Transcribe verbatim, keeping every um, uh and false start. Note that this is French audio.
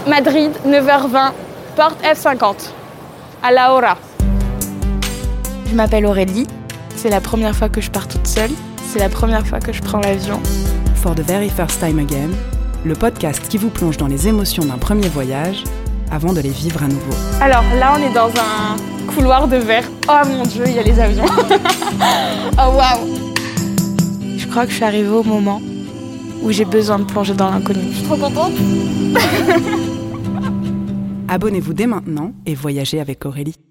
Madrid, neuf heures vingt, porte F cinquante, à la hora. Je m'appelle Aurélie, c'est la première fois que je pars toute seule, c'est la première fois que je prends l'avion. For the very first time again, le podcast qui vous plonge dans les émotions d'un premier voyage avant de les vivre à nouveau. Alors là, on est dans un couloir de verre. Oh mon Dieu, il y a les avions. Oh waouh. Je crois que je suis arrivée au moment où j'ai besoin de plonger dans l'inconnu. Je suis trop contente. Abonnez-vous dès maintenant et voyagez avec Aurélie.